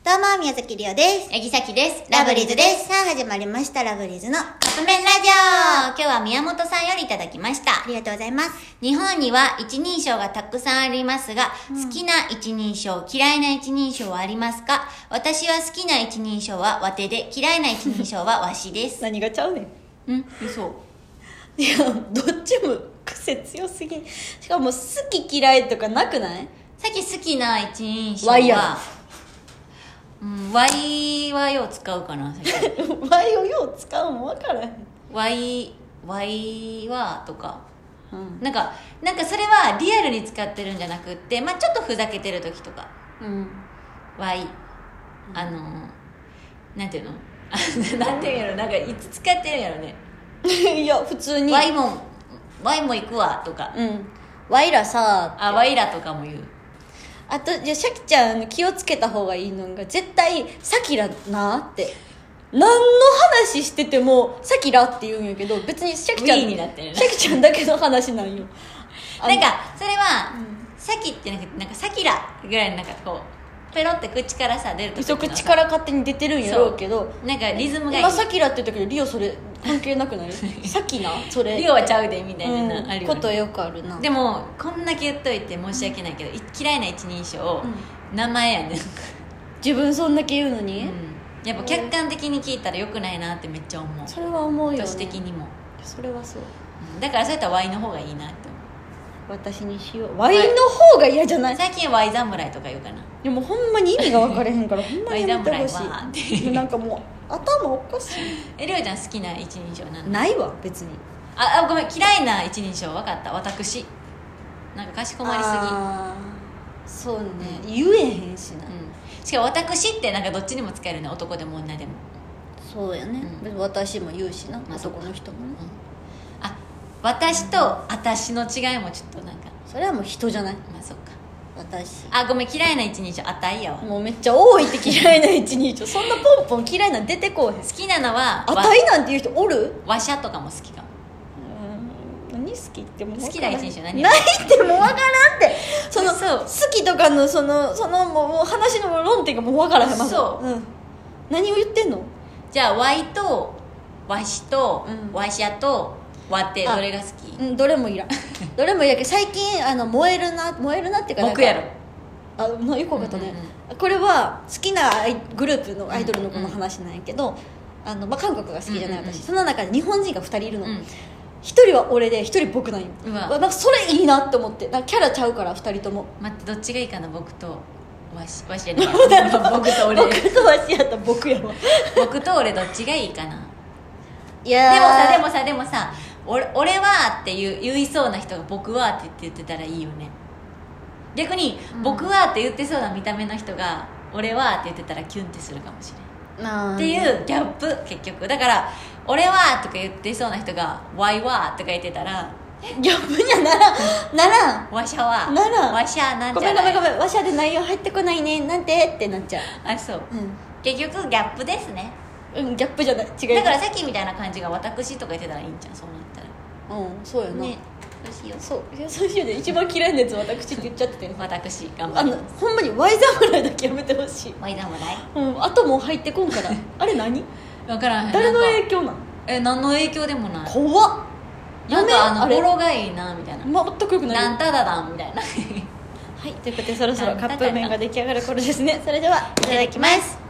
どうも、宮崎りおです。 八木崎です。 ラブリーズです。さあ、始まりました、ラブリーズのカップ麺ラジオ。今日は宮本さんよりいただきました。 ありがとうございます。 日本には一人称がたくさんありますが、好きな一人称、嫌いな一人称はありますか？私は好きな一人称はわてで、嫌いな一人称はわしです。 何がちゃうねん。 嘘。 いや、どっちも癖強すぎん。しかも、好き嫌いとかなくない？ さっき好きな一人称は、 ワイやワイはよう使うかな。 ワイをよう使うの分からへん。 ワイはとか。 うん。 なんかそれはリアルに使ってるんじゃなくって、まあちょっとふざけてる時とか。わい、なんていうのなんていうんやろ、なんかいつ使ってるんやろね。 いや、普通に。 わいも行くわとか。 うん。ワイらさ、 わいらとかも言う。 あと、じゃあ、シャキちゃん気をつけた方がいいのが、絶対、サキラなって。何の話してても、サキラって言うんやけど、別にシャキちゃん、 ウィーになってるね。 シャキちゃんだけの話なんよ。 なんか、それは、さきってなんかさきらぐらいのなんかこう、ペロって口からさ、出るときのさ。 口から勝手に出てるんやろうけど、 なんかリズムがいい。 今サキラって言ったけど、リオそれ関係なくない？サキなそれ。 リオはちゃうで、みたいな、あるよね。 ことよくあるな。 でもこんだけ言っといて申し訳ないけど、嫌いな一人称、名前やねん。 自分そんだけ言うのに、 やっぱ客観的に聞いたらよくないなってめっちゃ思う。 それは思うよね。 年的にも。 それはそう。 だからそうやったら Y の方がいいなって思う。 私にしよう。Y の方が嫌じゃない？ 最近 Y 侍とか言うかな。 でもほんまに意味が分かれへんからほんまにやめてほし Y 侍はってい。なんかもう頭おかしい。 りょうちゃん好きな一人称なんだ？ ないわ別に。 ごめん、嫌いな一人称分かった。私なんかかしこまりすぎ。 そうね、言えへんしな、 しかも私ってなんかどっちにも使えるね、男でも女でも。 そうやね、別に私も言うしな、男の人もね、 私と私の違いもちょっとなんか、 それはもう人じゃない。 まあそっか。 私ごめん、嫌いな一人称あたいやわ。 もうめっちゃ多いって嫌いな一人称そんなポンポン嫌いなん出てこうへん。 好きなのはあたいなんていう人おる？ わしゃとかも好きかも。 何好きってもう好きな一人称何？ ないってもう分からんって。そのそう好きとかのそのもう話の論点がもう分からへん。まずそう、 何を言ってんの？ じゃあわいとわしと、わしゃとわってどれが好き？ どれもいらんどれもいらんけど最近燃えるなっていうか、 僕やろ。 よく分かったね、これは好きなグループのアイドルの子の話なんやけど、韓国が好きじゃない私、その中で日本人が2人いるの、一人は俺で一人僕なんよ。なんかそれいいなって思って、なんかキャラちゃうから二人とも。 待って、どっちがいいかな。僕とわしやね僕と俺僕とわしやったら僕やわ僕と俺どっちがいいかな。 いやでもさ俺はって言いそうな人が僕はって言ってたらいいよね。逆に、僕はって言ってそうな見た目の人が俺はって言ってたらキュンってするかもしれんっていうギャップ。結局だから俺はとか言ってそうな人がわいはとか言ってたらギャップにはならんわしゃはならん。 わしゃなんごちゃらめんわしゃで内容入ってこないねなんてってなっちゃう。 そう、結局ギャップですね。 ギャップじゃない、違う。 だからさっきみたいな感じが私とか言ってたらいいんじゃん。そうなったらそうやなね。そうしよう。 そうしようで一番嫌いなやつ私って言っちゃってて私頑張る。 ほんまにワイ侍だけやめてほしい。 ワイ侍、 あともう入ってこんからあれ何分からへん。 誰の影響なん？ 何の影響でもない。 怖っ。 なんかボロがいいなみたいな、 全くよくない。 なんただだんみたいなはい、ということでそろそろカップ麺が出来上がる頃ですね。それではいただきます。